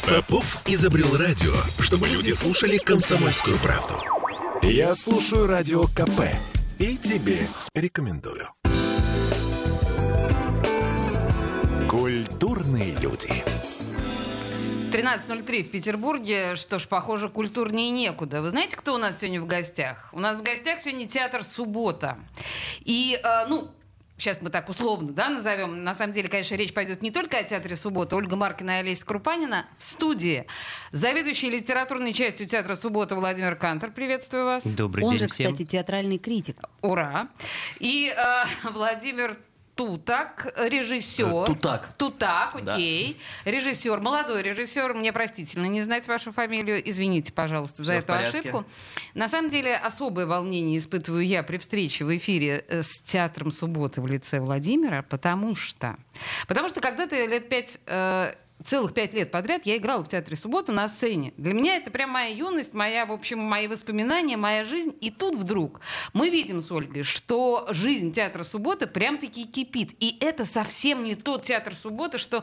Попов изобрел радио, чтобы люди слушали «Комсомольскую правду». Я слушаю Радио КП и тебе рекомендую. Культурные люди. 13:03 в Петербурге. Что ж, похоже, культурнее некуда. Вы знаете, кто у нас сегодня в гостях? У нас в гостях сегодня театр «Суббота». И, сейчас мы так условно, назовем. На самом деле, конечно, речь пойдет не только о театре «Суббота». Ольга Маркина и Олеся Крупанина в студии. Заведующий литературной частью театра «Суббота» Владимир Кантор. Приветствую вас. Добрый день Он же, всем. кстати, театральный критик. Ура. И Владимир Тутак, режиссер. Тутак, окей. Да. Режиссер, молодой режиссер. Мне простительно не знать вашу фамилию. Извините, пожалуйста, за эту ошибку. На самом деле, особое волнение испытываю я при встрече в эфире с театром «Суббота» в лице Владимира, потому что когда-то целых 5 лет подряд я играла в театре «Суббота» на сцене. Для меня это прям моя юность, мои воспоминания, моя жизнь. И тут вдруг мы видим с Ольгой, что жизнь театра «Суббота» прям-таки кипит. И это совсем не тот театр «Суббота», что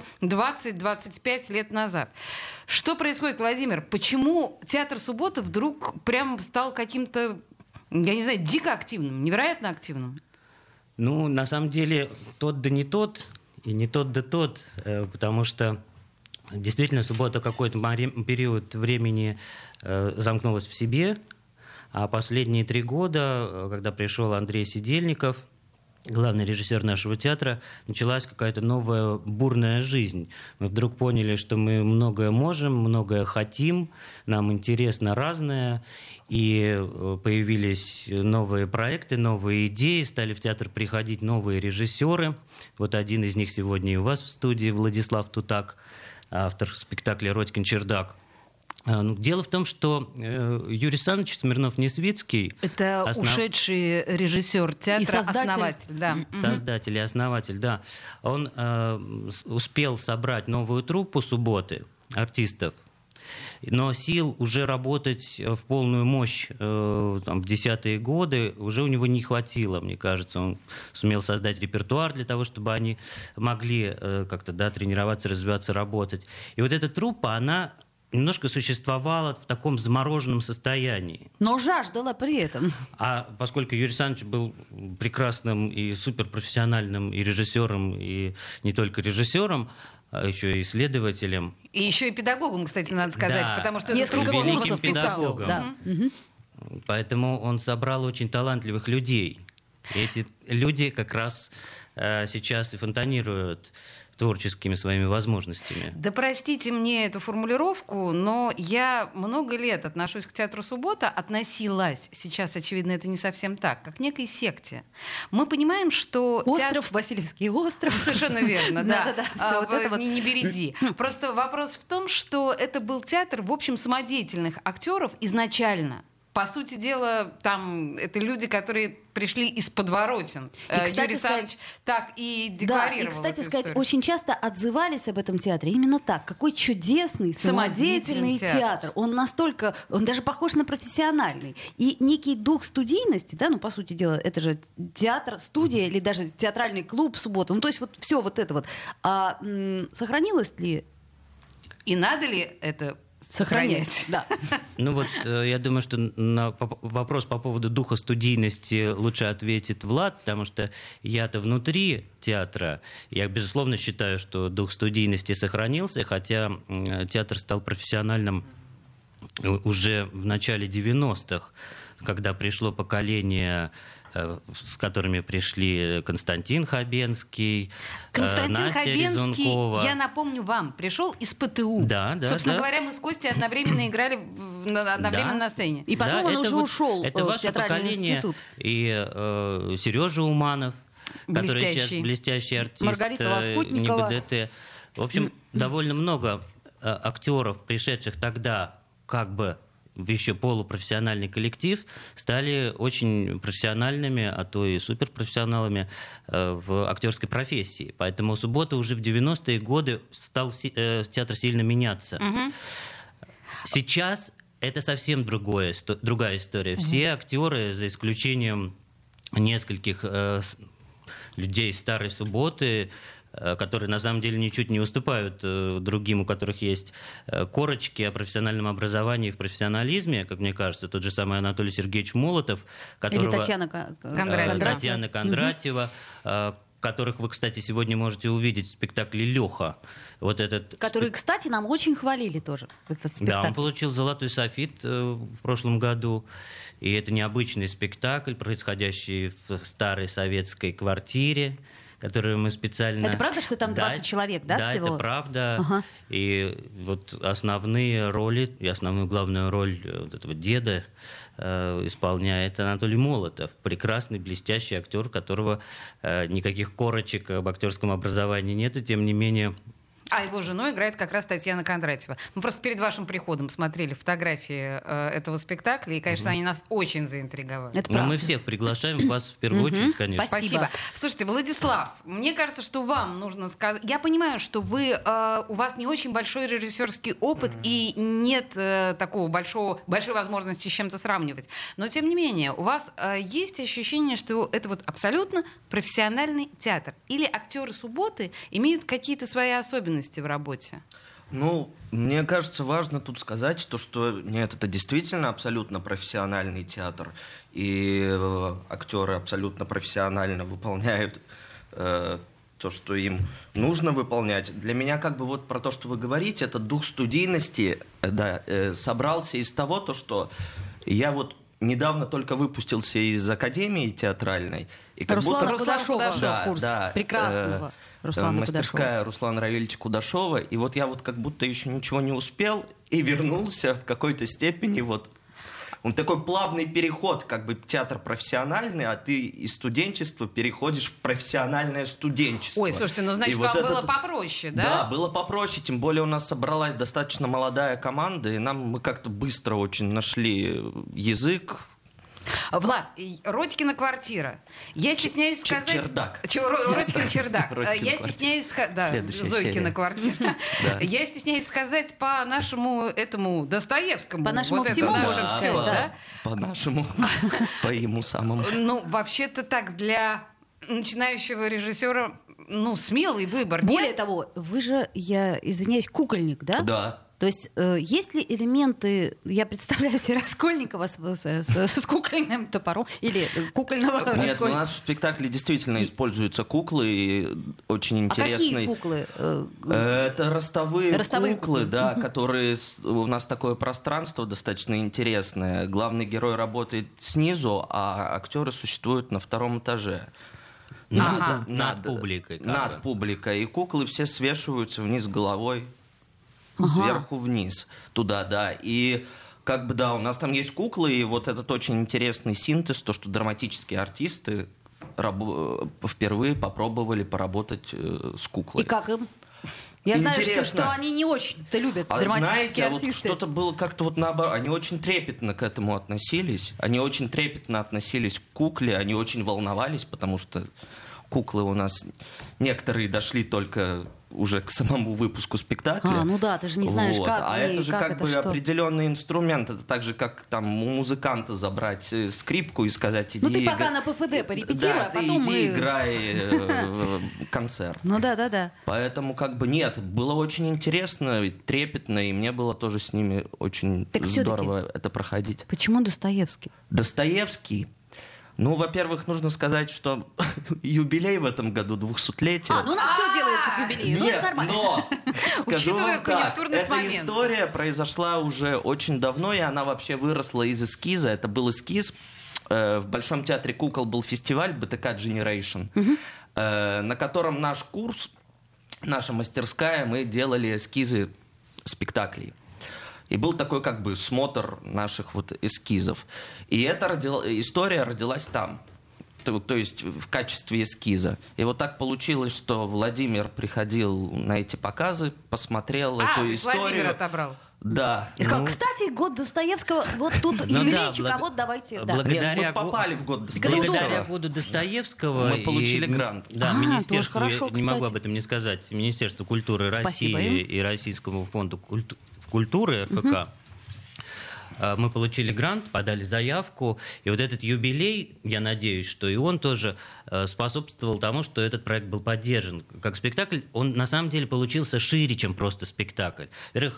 20-25 лет назад. Что происходит, Владимир? Почему театр «Суббота» вдруг прям стал каким-то, я не знаю, дико активным, невероятно активным? На самом деле, тот да не тот, и не тот да тот, потому что действительно, «Суббота» какой-то период времени замкнулась в себе, а последние 3 года, когда пришел Андрей Сидельников, главный режиссер нашего театра, началась какая-то новая бурная жизнь. Мы вдруг поняли, что мы многое можем, многое хотим, нам интересно разное, и появились новые проекты, новые идеи, стали в театр приходить новые режиссеры. Вот один из них сегодня и у вас в студии, Владислав Тутак, автор спектакля «Родькин чердак». Дело в том, что Юрий Саныч Смирнов-Несвицкий... Это ушедший режиссер театра, основатель. Да. Создатель и основатель, да. Он успел собрать новую труппу «Субботы» артистов, но сил уже работать в полную мощь в 10-е годы уже у него не хватило, мне кажется. Он сумел создать репертуар для того, чтобы они могли как-то тренироваться, развиваться, работать. И вот эта труппа, она немножко существовала в таком замороженном состоянии. Но жаждала при этом. А поскольку Юрий Александрович был прекрасным и суперпрофессиональным и режиссером, и не только режиссером, а еще и исследователем. И еще и педагогом, кстати, надо сказать, да, потому что несколько курсов педагогом. Да. Поэтому он собрал очень талантливых людей. И эти люди как раз сейчас и фонтанируют творческими своими возможностями. Да простите мне эту формулировку, но я много лет отношусь к театру «Суббота», относилась, сейчас, очевидно, это не совсем так, как к некой секте. Мы понимаем, что... Остров, Васильевский остров. Совершенно верно, да. Не береди. Просто вопрос в том, что это был театр, в общем, самодеятельных актеров изначально. По сути дела, там это люди, которые пришли из подворотен. Юрий Александрович так и декларировал. Да, и, кстати сказать, очень часто отзывались об этом театре именно так. Какой чудесный, самодеятельный театр. Он даже похож на профессиональный. И некий дух студийности, по сути дела, это же театр, студия или даже театральный клуб «Суббота». То есть вот все вот это вот. А сохранилось ли? И надо ли это сохранять? Да. Я думаю, что на вопрос по поводу духа студийности лучше ответит Влад, потому что я-то внутри театра. Я, безусловно, считаю, что дух студийности сохранился, хотя театр стал профессиональным уже в начале 90-х, когда пришло поколение, с которыми пришли Константин Хабенский, Настя Хабенский, Резункова. я напомню вам, пришел из ПТУ. Да. Собственно говоря, мы с Костей одновременно играли одновременно на сцене. И потом он уже ушел в театральный институт. И Сережа Уманов, который сейчас блестящий артист. Маргарита Лоскутникова. НИГДТ. В общем, довольно много актеров, пришедших тогда как бы в еще полупрофессиональный коллектив, стали очень профессиональными, а то и суперпрофессионалами в актерской профессии. Поэтому «Суббота» уже в 90-е годы стал театр сильно меняться. Сейчас это совсем другая история. Все актеры, за исключением нескольких людей старой «Субботы», которые на самом деле ничуть не уступают другим, у которых есть корочки о профессиональном образовании и в профессионализме, как мне кажется, тот же самый Анатолий Сергеевич Молотов, которого... Или Татьяна Кондратьева, которых вы, кстати, сегодня можете увидеть в спектакле «Леха». Вот этот который, кстати, нам очень хвалили тоже, этот спектакль. Да, он получил «Золотой софит» в прошлом году. И это необычный спектакль, происходящий в старой советской квартире, которую мы специально... Это правда, что там 20 человек, да, всего? Да, это правда. И вот основные роли, и основную главную роль вот этого деда исполняет Анатолий Молотов. Прекрасный, блестящий актер, у которого никаких корочек об актерском образовании нет, и тем не менее... А его женой играет как раз Татьяна Кондратьева. Мы просто перед вашим приходом смотрели фотографии этого спектакля, и, конечно, они нас очень заинтриговали. Но мы всех приглашаем, вас в первую очередь, конечно. Спасибо. Слушайте, Владислав, мне кажется, что вам нужно сказать... Я понимаю, что у вас не очень большой режиссерский опыт, и нет такого большой возможности с чем-то сравнивать. Но, тем не менее, у вас есть ощущение, что это вот абсолютно профессиональный театр? Или актеры «Субботы» имеют какие-то свои особенности в работе? Ну, мне кажется, важно тут сказать то, что нет, это действительно абсолютно профессиональный театр, и актеры абсолютно профессионально выполняют то, что им нужно выполнять. Для меня как бы вот про то, что вы говорите, этот дух студийности собрался из того, то, что я вот недавно только выпустился из академии театральной. И как Руслана будто... Кудашова курс прекрасного. Мастерская Руслана Равильевича Кудашова. И вот я вот как будто еще ничего не успел и вернулся в какой-то степени вот... Он такой плавный переход, как бы театр профессиональный, а ты из студенчества переходишь в профессиональное студенчество. Ой, слушайте, ну значит, и вот вам было попроще, да? Да, было попроще, тем более у нас собралась достаточно молодая команда, и мы как-то быстро очень нашли язык. Влад, Родькина квартира. Я стесняюсь сказать... Чердак. Родькин чердак. Я стесняюсь сказать... Да, Зойкина квартира. Я стесняюсь сказать по нашему этому Достоевскому. По нашему всему можем все, да? По нашему, по ему самому. Ну, вообще-то так, для начинающего режиссера, ну, смелый выбор. Более того, вы же, я извиняюсь, кукольник, да? Да. То есть есть ли элементы, я представляю себе Раскольникова с кукольным топором или кукольного Раскольникова? Нет, у нас в спектакле действительно используются куклы, и очень интересные. А какие куклы? Это ростовые куклы, да, которые... У нас такое пространство достаточно интересное. Главный герой работает снизу, а актеры существуют на втором этаже. Над публикой. Над публикой. И куклы все свешиваются вниз головой. Сверху вниз, туда, да. И как бы, да, у нас там есть куклы, и вот этот очень интересный синтез, то, что драматические артисты впервые попробовали поработать с куклой. И как им? Я знаю, что они не очень-то любят драматические артисты. Вот что-то было как-то вот наоборот. Они очень трепетно к этому относились. Они очень трепетно относились к кукле, они очень волновались, потому что куклы у нас некоторые дошли только уже к самому выпуску спектакля. Ну да, ты же не знаешь, вот. как. А это же как бы что? определенный инструмент. Это так же, как там у музыканта забрать скрипку и сказать: иди. Ну ты пока на ПФД порепетируй, да, а потом иди играй концерт. Ну да. Поэтому как бы нет, было очень интересно, трепетно, и мне было тоже с ними очень здорово это проходить. Почему Достоевский? Достоевский. Ну, во-первых, нужно сказать, что юбилей в этом году 200-летие. Ну у нас все делается к юбилею. Нет, это нормально. но, скажу вам так, эта момент. история произошла уже очень давно, и она вообще выросла из эскиза. Это был эскиз. В Большом театре кукол был фестиваль БТК Generation, на котором наш курс, наша мастерская, мы делали эскизы спектаклей. И был такой как бы смотр наших вот эскизов. И эта история родилась там. То есть в качестве эскиза. И вот так получилось, что Владимир приходил на эти показы, посмотрел эту историю. Владимир отобрал. Да. И сказал, кстати, год Достоевского, вот тут юбилейчик, а вот давайте. Нет, мы попали в год Достоевского. Благодаря году Достоевского мы получили грант. Да, министерство, я не могу об этом не сказать, Министерство культуры России и Российскому фонду культуры РФК мы получили грант, подали заявку, и вот этот юбилей, я надеюсь, что и он тоже способствовал тому, что этот проект был поддержан как спектакль. Он на самом деле получился шире, чем просто спектакль. Во-первых,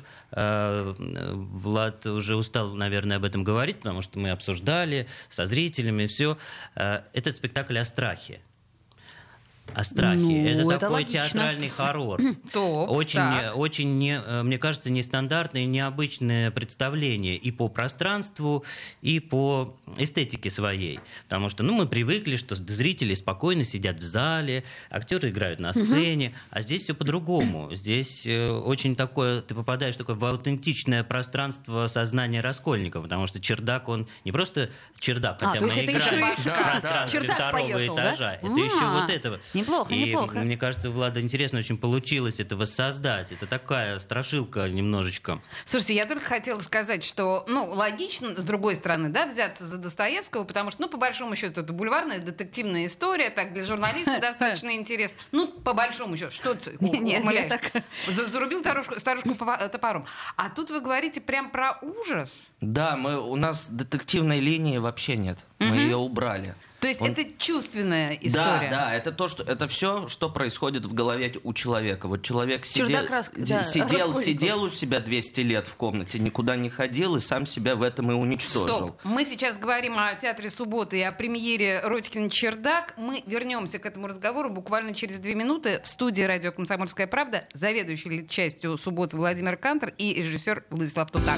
Влад уже устал, наверное, об этом говорить, потому что мы обсуждали со зрителями все. Этот спектакль о страхе. О страхе. Это такой логично. Театральный хоррор. Очень мне кажется, нестандартное, необычное представление и по пространству, и по эстетике своей. Потому что мы привыкли, что зрители спокойно сидят в зале, актеры играют на сцене, а здесь все по-другому. Здесь очень такое, ты попадаешь в аутентичное пространство сознания Раскольникова, потому что чердак, он не просто чердак, хотя мы играем в пространстве второго этажа. Это еще вот этого. Неплохо. Мне кажется, у Влада интересно очень получилось это воссоздать. Это такая страшилка немножечко. Слушайте, я только хотела сказать, что, логично, с другой стороны, да, взяться за Достоевского, потому что, по большому счету, это бульварная детективная история, так для журналиста достаточно интересно. По большому счету, что ты ухмыляешь? Зарубил старушку топором. А тут вы говорите прям про ужас. Да, у нас детективной линии вообще нет. Мы ее убрали. То есть это чувственная история. Да, это все, что происходит в голове у человека. Вот человек сидел у себя 200 лет в комнате, никуда не ходил и сам себя в этом и уничтожил. Стоп. Мы сейчас говорим о театре «Суббота» и о премьере «Родькин чердак». Мы вернемся к этому разговору буквально через 2 минуты. В студии радио «Комсомольская правда» заведующий частью «Субботы» Владимир Кантор и режиссер Владислав Тутак.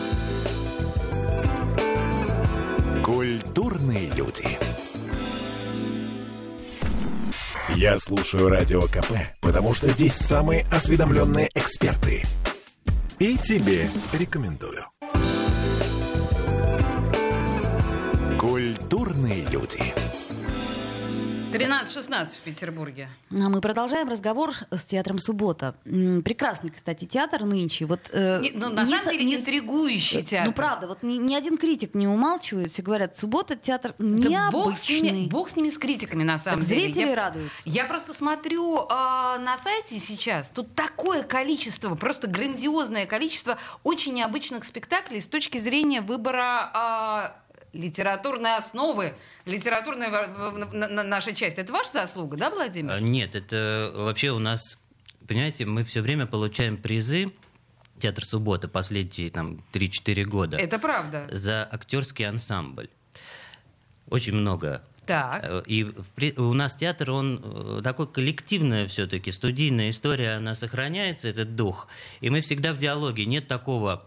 Культурные люди. Я слушаю Радио КП, потому что здесь самые осведомленные эксперты. И тебе рекомендую. Культурные люди. 13:16 в Петербурге. А мы продолжаем разговор с театром «Суббота». Прекрасный, кстати, театр нынче. На самом деле интригующий театр. Правда, ни один критик не умалчивает. Все говорят, «Суббота» театр необычный. Бог с ними, с критиками, на самом деле. Зрители радуются. Я просто смотрю на сайте сейчас. Тут такое количество, просто грандиозное количество очень необычных спектаклей с точки зрения выбора литературной основы, литературная наша часть. Это ваша заслуга, да, Владимир? Нет, это вообще у нас, понимаете, мы все время получаем призы, театр «Суббота», последние 3-4 года. Это правда. За актерский ансамбль. Очень много. Так. И у нас театр, он такой коллективная все-таки, студийная история, она сохраняется, этот дух. И мы всегда в диалоге. Нет такого,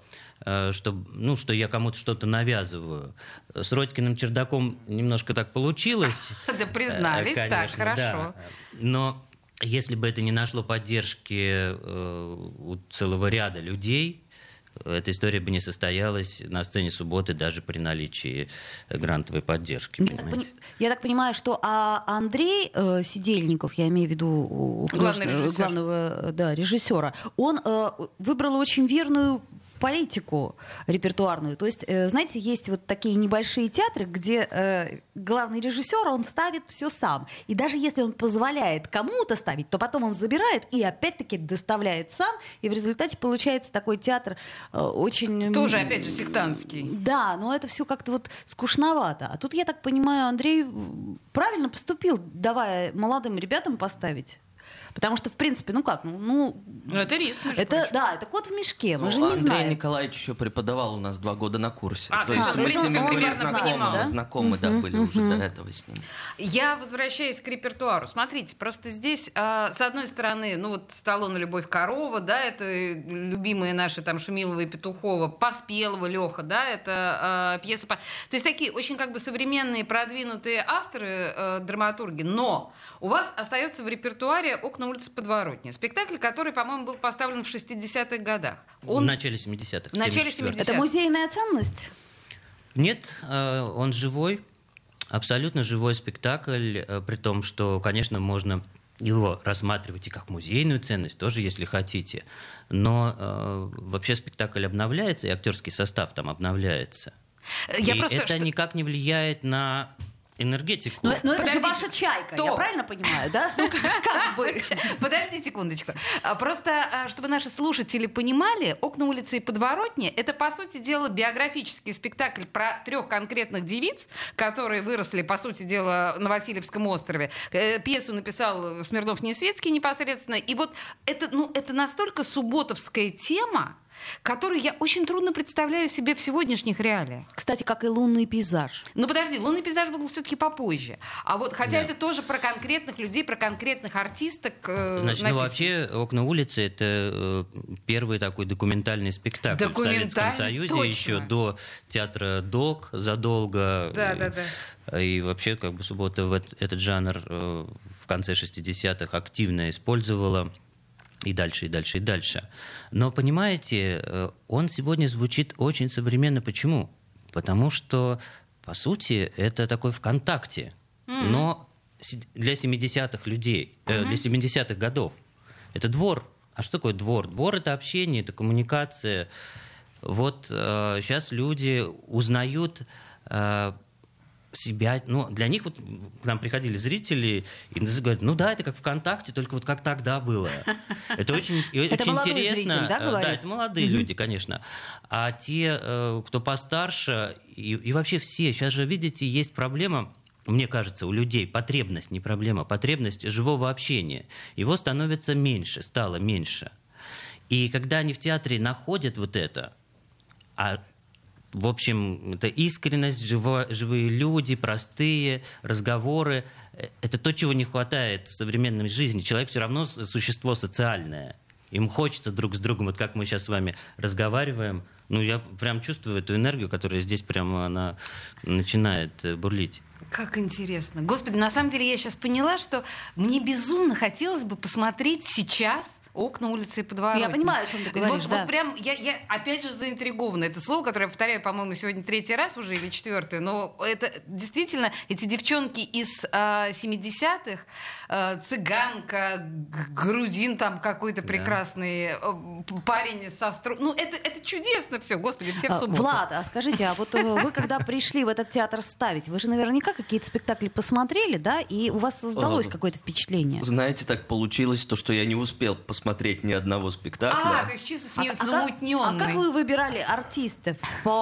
что я кому-то что-то навязываю. С Родькиным чердаком немножко так получилось. Да, признались, так, хорошо. Но если бы это не нашло поддержки у целого ряда людей, эта история бы не состоялась на сцене «Субботы» даже при наличии грантовой поддержки. Я так понимаю, что Андрей Сидельников, я имею в виду главного режиссера, он выбрал очень верную политику репертуарную. То есть, знаете, есть вот такие небольшие театры, где главный режиссер, он ставит все сам. И даже если он позволяет кому-то ставить, то потом он забирает и опять-таки доставляет сам. И в результате получается такой театр очень... Тоже, опять же, сектантский. Да, но это все как-то вот скучновато. А тут, я так понимаю, Андрей правильно поступил, давая молодым ребятам поставить. Потому что, в принципе, это риск, это кот в мешке, мы же не знаем. Андрей Николаевич еще преподавал у нас 2 года на курсе. То есть мы с ним примерно знакомы были уже до этого с ним. Я возвращаюсь к репертуару. Смотрите, просто здесь, с одной стороны, Сталлоне «Любовь Корова», да, это любимые наши Шумилова и Петухова, Поспелова, Леха, да, это пьеса. То есть такие очень современные, продвинутые авторы, драматурги, но у вас остается в репертуаре «Окна улицы Подворотни». Спектакль, который, по-моему, был поставлен в 60-х годах. В начале 70-х. В начале 70-х. Это музейная ценность? Нет, он живой, абсолютно живой спектакль, при том, что, конечно, можно его рассматривать и как музейную ценность, тоже, если хотите. Но вообще спектакль обновляется, и актерский состав там обновляется. Это никак не влияет на энергетику. Но это же ваша чайка, я правильно понимаю, да? Ну, как бы. Подожди секундочку. Просто, чтобы наши слушатели понимали, «Окна, улицы и подворотни» — это, по сути дела, биографический спектакль про 3 конкретных девиц, которые выросли, по сути дела, на Васильевском острове. Пьесу написал Смирнов-Несветский непосредственно. И вот это настолько субботовская тема, которую я очень трудно представляю себе в сегодняшних реалиях. Кстати, как и «Лунный пейзаж». Ну, подожди, «Лунный пейзаж» был все-таки попозже. А вот, хотя это тоже про конкретных людей, про конкретных артисток Значит, написано. Вообще «Окна улицы» — это первый такой документальный спектакль в Советском Союзе, точно. еще до театра ДОК задолго. Да. И вообще, как бы, «Суббота» этот жанр в конце 60-х активно использовала. И дальше, и дальше, и дальше. Но, понимаете, он сегодня звучит очень современно. Почему? Потому что, по сути, это такой ВКонтакте. Но для 70-х людей, для 70-х годов. Это двор. А что такое двор? Двор — это общение, это коммуникация. Вот сейчас люди узнают себя, для них вот к нам приходили зрители и говорят, это как ВКонтакте, только вот как тогда было. Это очень интересно. Зритель, да, говорит? Да, это молодые люди, конечно. А те, кто постарше, и вообще все, сейчас же, видите, есть проблема, мне кажется, у людей потребность, не проблема, потребность живого общения. Его становится меньше, стало меньше. И когда они в театре находят вот это, в общем, это искренность, живые люди, простые разговоры. Это то, чего не хватает в современной жизни. Человек все равно существо социальное. Им хочется друг с другом, вот как мы сейчас с вами разговариваем. Я прям чувствую эту энергию, которая здесь прямо она начинает бурлить. Как интересно. Господи, на самом деле я сейчас поняла, что мне безумно хотелось бы посмотреть сейчас «Окна, улицы и подворотни». Я понимаю, о чем ты говоришь, Вот прям, я опять же заинтригована. Это слово, которое я повторяю, по-моему, сегодня 3-й раз уже или 4-й, но это действительно эти девчонки из 70-х, цыганка, грузин там какой-то прекрасный, парень со это чудесно все, господи, все в субботу. Влад, а скажите, а вот вы когда пришли в этот театр ставить, вы же наверняка какие-то спектакли посмотрели, да, и у вас создалось какое-то впечатление? Знаете, так получилось, что я не успел посмотреть ни одного спектакля. То есть чисто замутненный. А как вы выбирали артистов?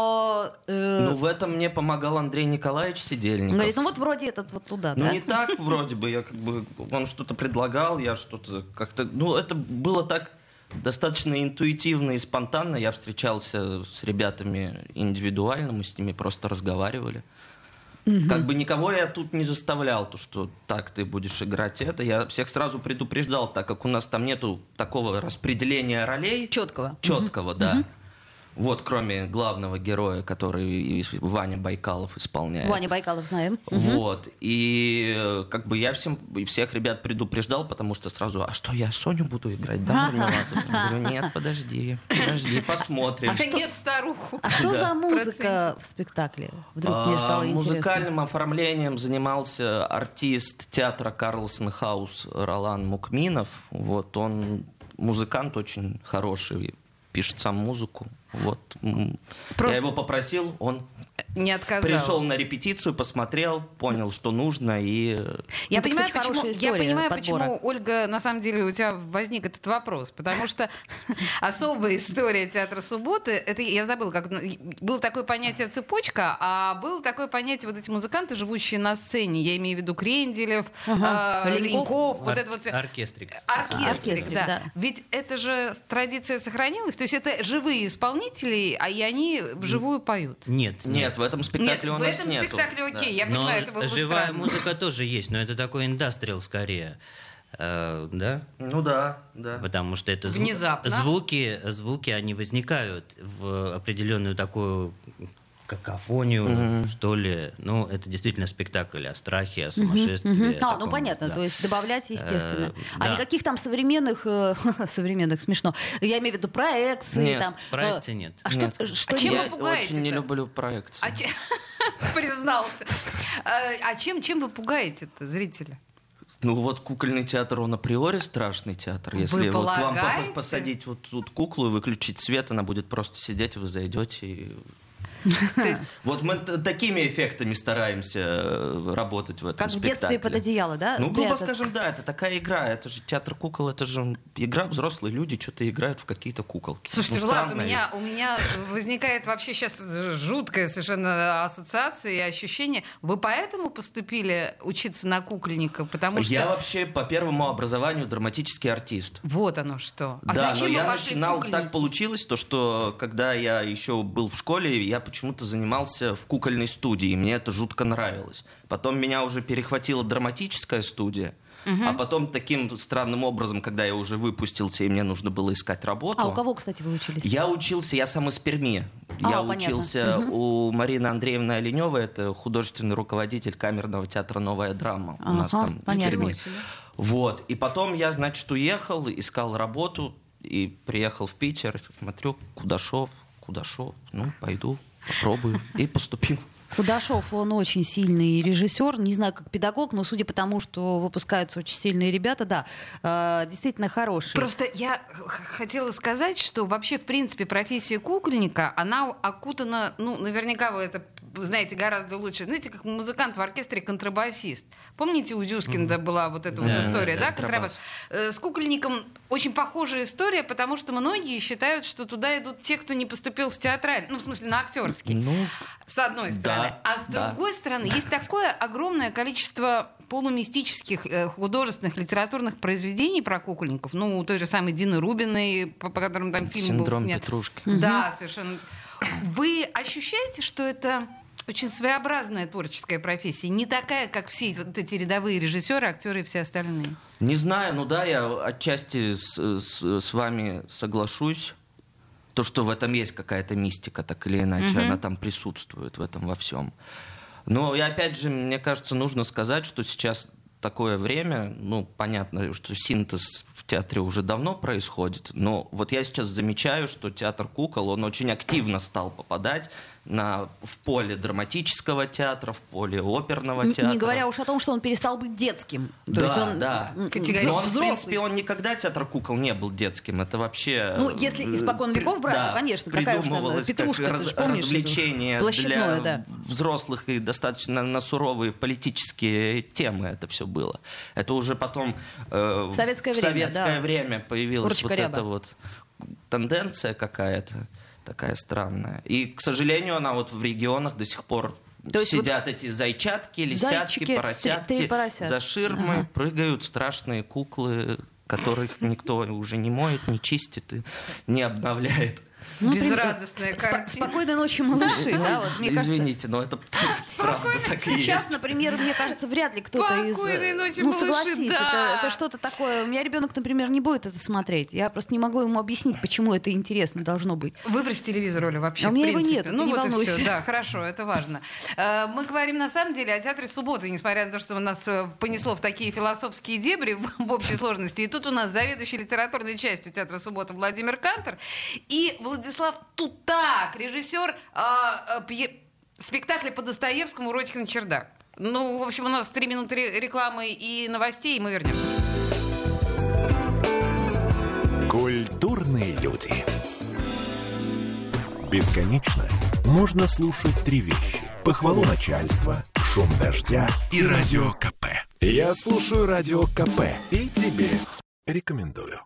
В этом мне помогал Андрей Николаевич Сидельников. Говорит, вот вроде этот вот туда, да? Не так вроде бы, он что-то предлагал, я что-то как-то... это было так достаточно интуитивно и спонтанно. Я встречался с ребятами индивидуально, мы с ними просто разговаривали. Как бы никого я тут не заставлял, что так ты будешь играть это. Я всех сразу предупреждал, так как у нас там нету такого распределения ролей. Четкого, да. Вот, кроме главного героя, который Ваня Байкалов исполняет. Ваня Байкалов знаем. Вот. И как бы я всех ребят предупреждал, потому что сразу, а что, я Соню буду играть, да, Мармеладу? Я говорю, нет, подожди, посмотрим. Нет, старуху. А что за музыка в спектакле? Вдруг мне стало интересно. Музыкальным оформлением занимался артист театра Карлсон Хаус Ролан Мукминов. Вот, он музыкант очень хороший, пишет сам музыку. Вот. Я его попросил, он не отказал. Пришел на репетицию, посмотрел, понял, что нужно, и... Я понимаю, почему, Ольга, на самом деле у тебя возник этот вопрос. Потому что особая история театра «Субботы», это я забыла, как было такое понятие «цепочка», а было такое понятие вот эти музыканты, живущие на сцене. Я имею в виду Кренделев, Леньков, вот это вот все. Оркестрик. Оркестрик, да. Ведь это же традиция сохранилась. То есть это живые исполнители, а и они вживую поют. Нет, в этом спектакле у нас нету. В этом спектакле окей, я понимаю, это было бы живая странно. музыка тоже есть, но это такой индастриал скорее. Да? Ну да. Потому что это внезапно. Звуки, они возникают в определенную такую какофонию, что ли. Ну, это действительно спектакль о страхе, о сумасшествии. Ну понятно, то есть добавлять, естественно. А никаких там современных, смешно, я имею в виду проекции. Нет, там, проекции нет. Чем я вы пугаете? очень не люблю проекции. Признался. А чем вы пугаете-то зрителя? Ну вот кукольный театр, он априори страшный театр. Если вот к вам посадить вот тут куклу и выключить свет, она будет просто сидеть, вы зайдете и... Вот мы такими эффектами стараемся работать в этом как спектакле. в детстве под одеяло, да? Ну, грубо спрятаться? скажем, да, это такая игра. Это же театр кукол, это же игра, взрослые люди что-то играют в какие-то куколки. Слушайте, Ну, Влад, странно у меня возникает вообще сейчас жуткая совершенно ассоциация и ощущение. Вы поэтому поступили учиться на кукольника? Потому что... Я вообще по первому образованию драматический артист. Вот оно что. А Да, зачем но вы я пошли в начинал, кукольники? так получилось, что когда я еще был в школе, я почему-то занимался в кукольной студии, и мне это жутко нравилось. Потом меня уже перехватила драматическая студия, а потом таким странным образом, когда я уже выпустился, и мне нужно было искать работу. А у кого, кстати, вы учились? Я сам из Перми. Я понятно. учился у Марины Андреевны Оленевой, это художественный руководитель камерного театра «Новая драма» у нас там в Перми. Вот. И потом я, значит, уехал, искал работу, и приехал в Питер, смотрю, Кудашов, ну, пойду, попробую, и поступил. Кудашов, он очень сильный режиссер, не знаю, как педагог, но судя по тому, что выпускаются очень сильные ребята, да, действительно хорошие. Просто я хотела сказать, что вообще, в принципе, профессия кукольника, она окутана, ну, наверняка вы это знаете гораздо лучше. Знаете, как музыкант в оркестре контрабасист. Помните, у Зюскинда была вот эта вот история, да, контрабас? С кукольником очень похожая история, потому что многие считают, что туда идут те, кто не поступил в театральный, ну, в смысле, на актерский. Ну, с одной стороны. да, А с другой стороны, есть такое огромное количество полумистических художественных литературных произведений про кукольников. Ну, у той же самой Дины Рубиной, по которым там фильм был снят. «Синдром Петрушки». Да, совершенно. Вы ощущаете, что это очень своеобразная творческая профессия, не такая, как все вот эти рядовые режиссеры, актеры и все остальные? Не знаю, ну да, я отчасти с вами соглашусь. То, что в этом есть какая-то мистика, так или иначе, она там присутствует в этом во всем. Но и опять же, мне кажется, нужно сказать, что сейчас такое время, ну, понятно, что синтез в театре уже давно происходит, но вот я сейчас замечаю, что театр кукол, он очень активно стал попадать в поле драматического театра, в поле оперного театра. Не говоря уж о том, что он перестал быть детским. То есть он категорически Но он, в взрослый. принципе, он никогда, театр кукол, не был детским. Это вообще... Ну, если испокон веков брать, да, то, конечно, какая уж там придумывалось Петрушка, как ты же помнишь, развлечение площадное, для да. взрослых и достаточно на суровые политические темы это все было. Это уже потом В советское время появилась Курочка вот ряба. эта вот тенденция какая-то такая странная. И, к сожалению, она вот в регионах до сих пор То есть сидят эти зайчатки, лисятки, зайчики, поросятки три поросят. за ширмой, прыгают страшные куклы, которых никто уже не моет, не чистит и не обновляет. Ну, Безрадостная картина. Спокойной ночи, малыши. Да, вот, мне кажется, Извините, но это правда так и сейчас, есть. например, мне кажется, вряд ли кто-то из... Спокойной ночи, Ну, малыши, согласись, да. это что-то такое. У меня ребенок, например, не будет это смотреть. Я просто не могу ему объяснить, почему это интересно должно быть. Выбрось телевизор, Оля, вообще, А у меня в его принципе. нет, ты Ну не вот волнуйся. и все, да, хорошо, это важно. Мы говорим, на самом деле, о театре субботы, несмотря на то, что нас понесло в такие философские дебри в общей сложности. И тут у нас заведующий литературной частью театра субботы Владимир Кантор и Владислав Тутак, режиссер спектакля по Достоевскому «Родькин чердак». Ну, в общем, у нас 3 минуты рекламы и новостей, и мы вернемся. Культурные люди. Бесконечно можно слушать три вещи: похвалу начальства, шум дождя и радио КП. Я слушаю радио КП и тебе рекомендую.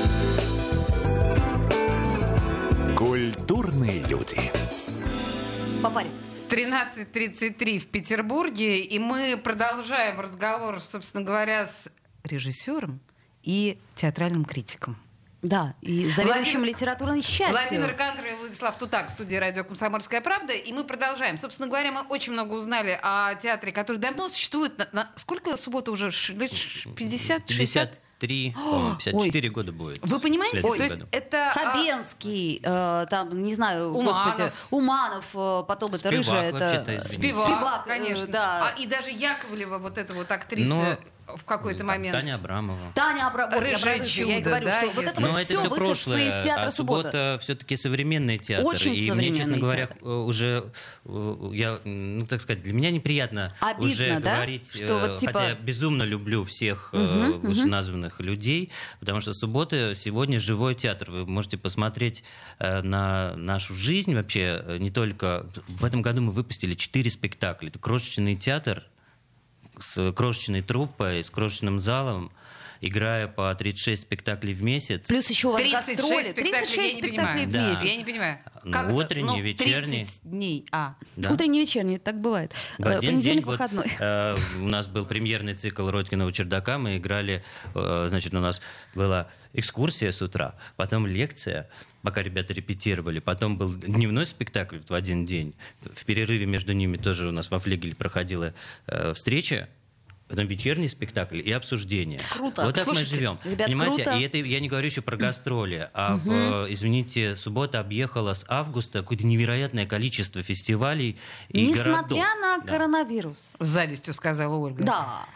Культурные люди. По паре. 13:33 в Петербурге, и мы продолжаем разговор, собственно говоря, с режиссером и театральным критиком. Да, и заведующим литературной частью. Владимир Кантор и Владислав Тутак в студии «Радио Комсомольская правда». И мы продолжаем. Собственно говоря, мы очень много узнали о театре, который давно существует. Сколько суббота уже? 50? 53, по-моему, 54 года будет. Вы понимаете? В То следующем есть году. это... Хабенский, там, не знаю, Уманов. господи, Уманов, потом это Спивак, рыжая, вообще-то, это... извините. Спивак, Спивак, конечно. да. И даже Яковлева, вот эта вот актриса... Но в какой-то момент. Таня Абрамова. Рыжее чудо, я говорю, да, что вот это Но вот это все все выходцы прошлое, из театра а «Суббота». «Суббота» все-таки современный театр. Очень и мне, современный честно говоря, театр. уже, так сказать, для меня неприятно Обидно, уже да? говорить, Что вот типа... хотя я безумно люблю всех вышеназванных людей, потому что «Суббота» сегодня живой театр. Вы можете посмотреть на нашу жизнь вообще, не только... В этом году мы выпустили 4 спектакля. Это крошечный театр с крошечной труппой, с крошечным залом, играя по 36 спектаклей в месяц. Плюс еще у вас 36 гастроли. спектаклей, 36 спектаклей в Да. месяц. Я не понимаю. Ну, утренний, вечерний. 30 дней. Да. Утренний, вечерний, так бывает. В один Понедельник, день выходной. у нас был премьерный цикл «Родькиного чердака». Мы играли, значит, у нас была экскурсия с утра, потом лекция, пока ребята репетировали, потом был дневной спектакль в один день. В перерыве между ними тоже у нас во флигеле проходила встреча, потом вечерний спектакль и обсуждение. Круто. Вот так Слушайте, мы живем. ребят, Понимаете? круто. И это я не говорю еще про гастроли. А извините, «Суббота» объехала с августа какое-то невероятное количество фестивалей и городов. Несмотря на Да. коронавирус. С завистью сказала Ольга.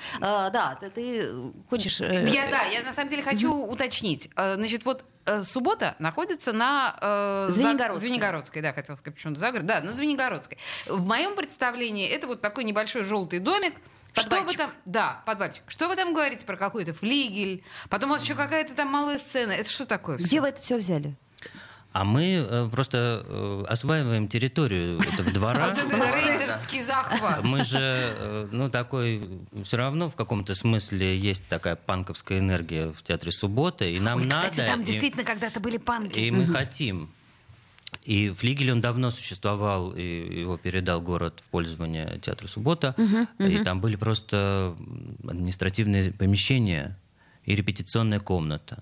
Да, ты хочешь... Я на самом деле хочу уточнить. Значит, вот «Суббота» находится на Звенигородской, да, хотела сказать, почему-то за город. Да, на Звенигородской. В моем представлении это вот такой небольшой желтый домик. Что вы там, да, подвальчик. Что вы там говорите про какой-то флигель? Потом у вас еще какая-то там малая сцена. Это что такое? Где вы это все взяли? А мы просто осваиваем территорию этого двора. Вот это рейдерский захват. Мы же, такой, все равно в каком-то смысле есть такая панковская энергия в театре «Суббота», и нам надо... Кстати, там действительно когда-то были панки. И мы хотим. И флигель, он давно существовал, и его передал город в пользование театру «Суббота». И там были просто административные помещения и репетиционная комната.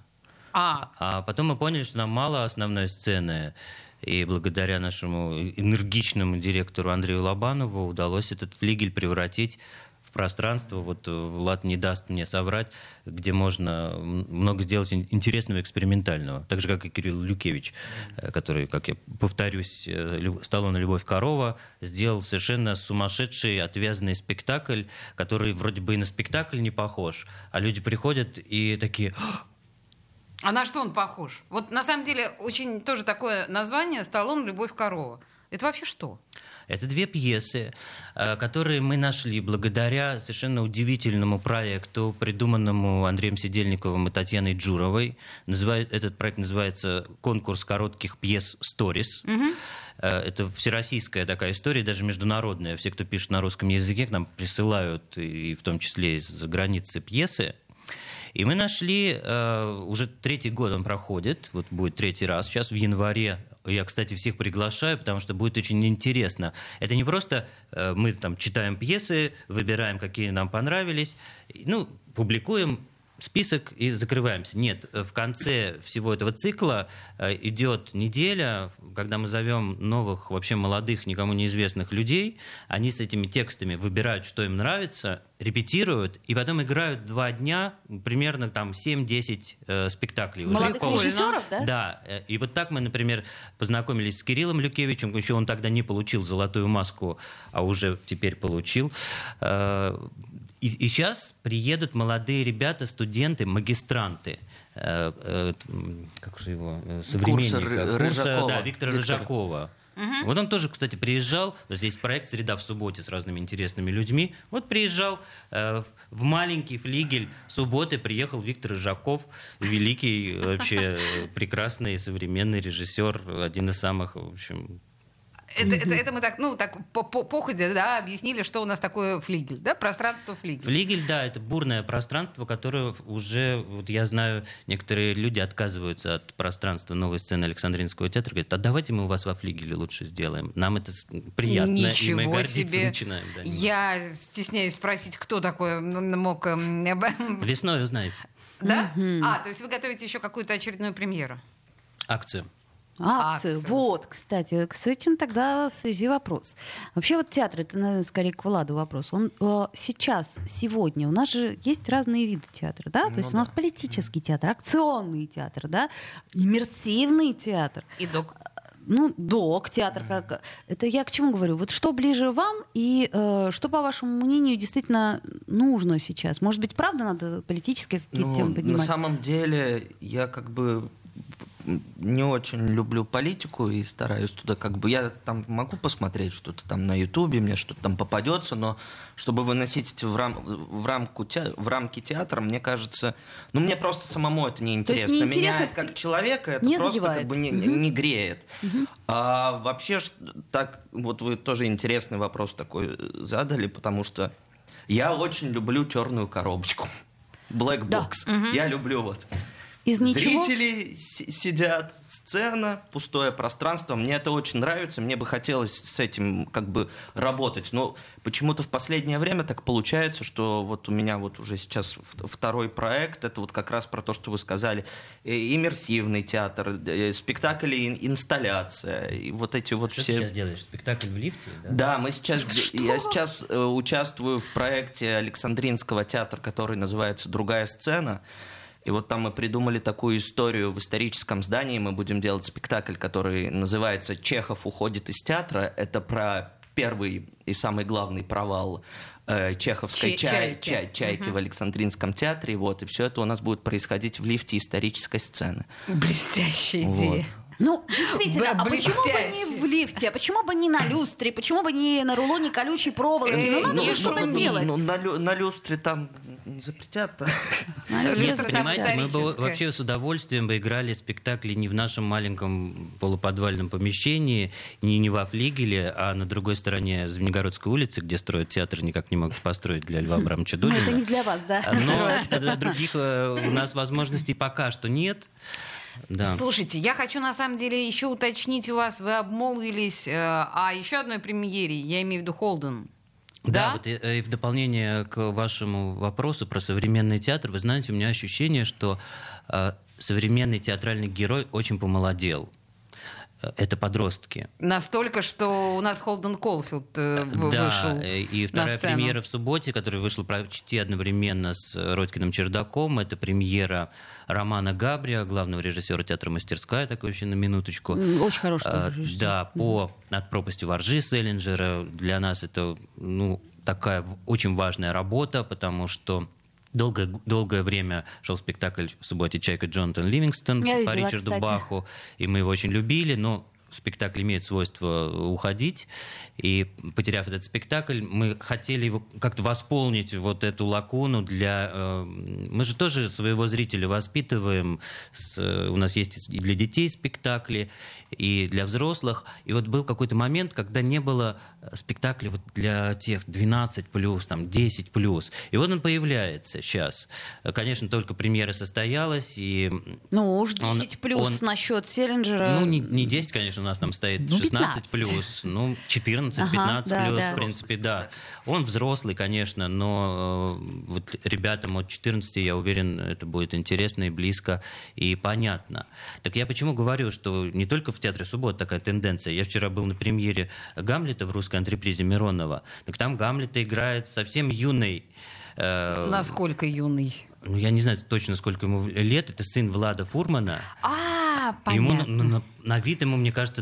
А потом мы поняли, что нам мало основной сцены. И благодаря нашему энергичному директору Андрею Лобанову удалось этот флигель превратить в пространство, вот Влад не даст мне соврать, где можно много сделать интересного, экспериментального. Так же, как и Кирилл Люкевич, который, как я повторюсь, Сталлоне «Любовь Корова» сделал совершенно сумасшедший, отвязанный спектакль, который вроде бы и на спектакль не похож, а люди приходят и такие... А на что он похож? Вот на самом деле очень тоже такое название «Сталлоне «Любовь Корова». Это вообще что? Это 2 пьесы, которые мы нашли благодаря совершенно удивительному проекту, придуманному Андреем Сидельниковым и Татьяной Джуровой. Этот проект называется «Конкурс коротких пьес Stories». Это всероссийская такая история, даже международная. Все, кто пишет на русском языке, к нам присылают, и в том числе из-за границы, пьесы. И мы нашли, уже 3-й год он проходит, вот будет 3-й раз, сейчас в январе. Я, кстати, всех приглашаю, потому что будет очень интересно. Это не просто мы там читаем пьесы, выбираем, какие нам понравились, публикуем список и закрываемся. Нет, в конце всего этого цикла идет неделя, когда мы зовем новых, вообще молодых, никому неизвестных людей. Они с этими текстами выбирают, что им нравится, репетируют, и потом играют 2 дня, примерно там 7-10 спектаклей. Молодых режиссеров, да? Да. И вот так мы, например, познакомились с Кириллом Люкевичем, еще он тогда не получил «Золотую маску», а уже теперь получил. И сейчас приедут молодые ребята, студенты, магистранты. Как же его? Современника. Рыжакова. Да, Виктора Рыжакова. Вот он тоже, кстати, приезжал. То есть есть проект «Среда в субботе» с разными интересными людьми. Вот приезжал в маленький флигель «Субботы», приехал Виктор Рыжаков, великий, вообще прекрасный современный режиссер, один из самых, в общем... Это мы так по походе, да, объяснили, что у нас такое флигель, да, пространство флигель. Флигель, да, это бурное пространство, которое уже, вот я знаю, некоторые люди отказываются от пространства новой сцены Александринского театра, говорят, а давайте мы у вас во флигеле лучше сделаем, нам это приятно, Ничего и мы гордиться себе. начинаем. Да, я стесняюсь спросить, кто такой мог... Весной узнаете. Да? То есть вы готовите еще какую-то очередную премьеру? Акцию. Акцию. Вот, кстати, с этим тогда в связи вопрос. Вообще вот театр, это, наверное, скорее к Владу вопрос. Он сегодня, у нас же есть разные виды театра, да? То есть у нас политический театр, акционный театр, да? Иммерсивный театр. И док. ДОК, театр. Это я к чему говорю? Вот что ближе вам и что, по вашему мнению, действительно нужно сейчас? Может быть, правда надо политические какие-то темы поднимать? На самом деле, я не очень люблю политику и стараюсь туда я там могу посмотреть что-то там на Ютубе, мне что-то там попадется, но чтобы выносить это в рамки театра, мне кажется, мне просто самому это неинтересно. Меня как человека это просто задевает. Не греет. А вообще, так вот вы тоже интересный вопрос такой задали, потому что я очень люблю черную коробочку. Black Box. Я люблю Из ничего? Зрители сидят, сцена, пустое пространство. Мне это очень нравится, мне бы хотелось с этим работать. Но почему-то в последнее время так получается, что вот у меня уже сейчас второй проект, это как раз про то, что вы сказали. Иммерсивный театр, спектакль и инсталляция. И эти что все... ты сейчас делаешь? Спектакль в лифте? Да, я сейчас участвую в проекте Александринского театра, который называется «Другая сцена». И там мы придумали такую историю в историческом здании. Мы будем делать спектакль, который называется «Чехов уходит из театра». Это про первый и самый главный провал чеховской чайки в Александринском театре. И все это у нас будет происходить в лифте исторической сцены. Блестящая идея. Действительно, а почему бы не в лифте? А почему бы не на люстре? Почему бы не на рулоне колючей проволоки? Надо же что-то делать. На люстре там не запретят-то. Нет, понимаете, мы бы вообще с удовольствием бы играли спектакли не в нашем маленьком полуподвальном помещении, не во флигеле, а на другой стороне Звенигородской улицы, где строят театр, никак не могут построить для Льва Абрамовича Дудина. Это не для вас, да? Но других у нас возможностей пока что нет. Да. Слушайте, я хочу на самом деле еще уточнить у вас, вы обмолвились о еще одной премьере, я имею в виду Холден. Да, и в дополнение к вашему вопросу про современный театр, вы знаете, у меня ощущение, что современный театральный герой очень помолодел. Это подростки. Настолько, что у нас Холден Колфилд вышел. Да, и вторая премьера в субботе, которая вышла почти одновременно с Родькиным чердаком, это премьера романа Габрия, главного режиссера театра «Мастерская», такой вообще на минуточку. Очень хороший режиссер. Да, по «Над пропастью воржи» Селлинджера. Для нас это такая очень важная работа, потому что долгое время шел спектакль в субботе «Чайка» Джонатан Ливингстон по Ричарду Баху, и мы его очень любили, но спектакль имеет свойство уходить, и, потеряв этот спектакль, мы хотели его как-то восполнить эту лакуну мы же тоже своего зрителя воспитываем, у нас есть и для детей спектакли, и для взрослых, и был какой-то момент, когда не было спектакля для тех 12+, 10+, и он появляется сейчас. Конечно, только премьера состоялась, и... уж 10+, насчет Селлинджера... Не 10, конечно, у нас там стоит 16+, 14, 15+, в принципе, да. Он взрослый, конечно, но ребятам от 14, я уверен, это будет интересно и близко, и понятно. Так я почему говорю, что не только в Театре Суббота такая тенденция. Я вчера был на премьере «Гамлета» в русской антрепризе Миронова. Так там Гамлета играет совсем юный. Насколько юный? Я не знаю точно, сколько ему лет. Это сын Влада Фурмана. Понятно. Ему на вид ему, мне кажется,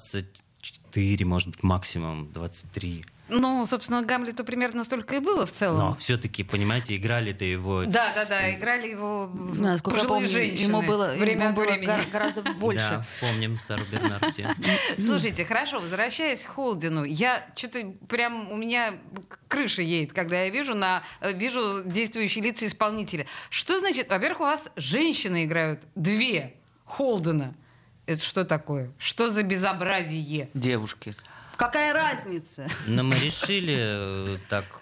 24, может быть, максимум 23. Собственно, Гамлету примерно столько и было в целом. Но все-таки, понимаете, играли-то его... Да, играли его пожилые женщины. Ему было времени. Гораздо больше. Да, помним Сару Бернар все. Слушайте, хорошо, возвращаясь к Холдену, я что-то прям у меня крыша едет, когда я вижу действующие лица исполнителя. Что значит, во-первых, у вас женщины играют 2 Холдена. Это что такое? Что за безобразие? Девушки. Какая разница? Но мы решили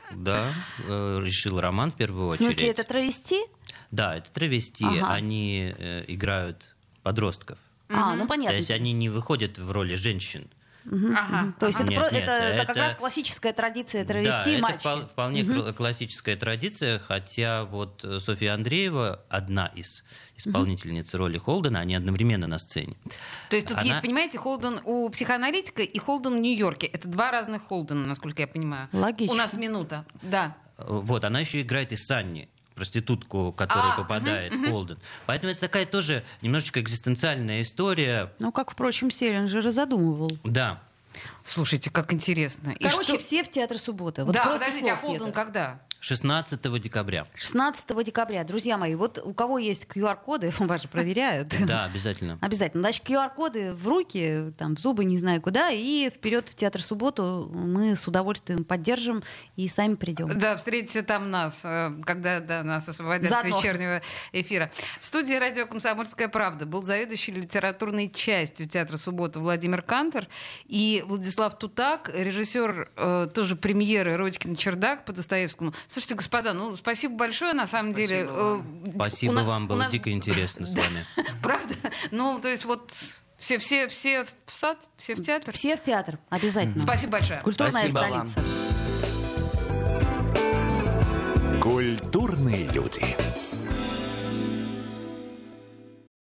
решил Роман в первую очередь. В смысле, это травести? Да, это травести. Они играют подростков. Понятно. То есть они не выходят в роли женщин. То есть это как раз классическая традиция травести мальчики. Это вполне классическая традиция, хотя Софья Андреева, одна из исполнительниц роли Холдена, они одновременно на сцене. То есть тут есть, понимаете, Холден у психоаналитика и Холден в Нью-Йорке. Это 2 разных Холдена, насколько я понимаю. Логично. У нас минута, да. Она еще играет и Санни. проститутку, которая попадает Холден. Поэтому это такая тоже немножечко экзистенциальная история. Ну, как, впрочем, Селлинджер и задумывал. Да. Слушайте, как интересно. Короче, все в театр субботы. Вот да, просто подождите, а слов Холден нет. когда? 16 декабря. 16 декабря. Друзья мои, вот у кого есть QR-коды, вас же проверяют. Да, обязательно. Обязательно. Значит, QR-коды в руки, там, в зубы, не знаю куда, и вперед в театр субботу. Мы с удовольствием поддержим и сами придем. Да, встретите там нас, когда нас освободят от вечернего эфира. В студии радио «Комсомольская правда» был заведующий литературной частью театра суббота Владимир Кантор и Владислав Тутак, режиссер тоже премьеры «Родькин чердак» по Достоевскому. Слушайте, господа, спасибо большое, на самом деле. Спасибо вам, было дико интересно с вами. Правда? То есть все в сад, все в театр? Все в театр, обязательно. Спасибо большое. Культурная Спасибо столица. Культурные люди.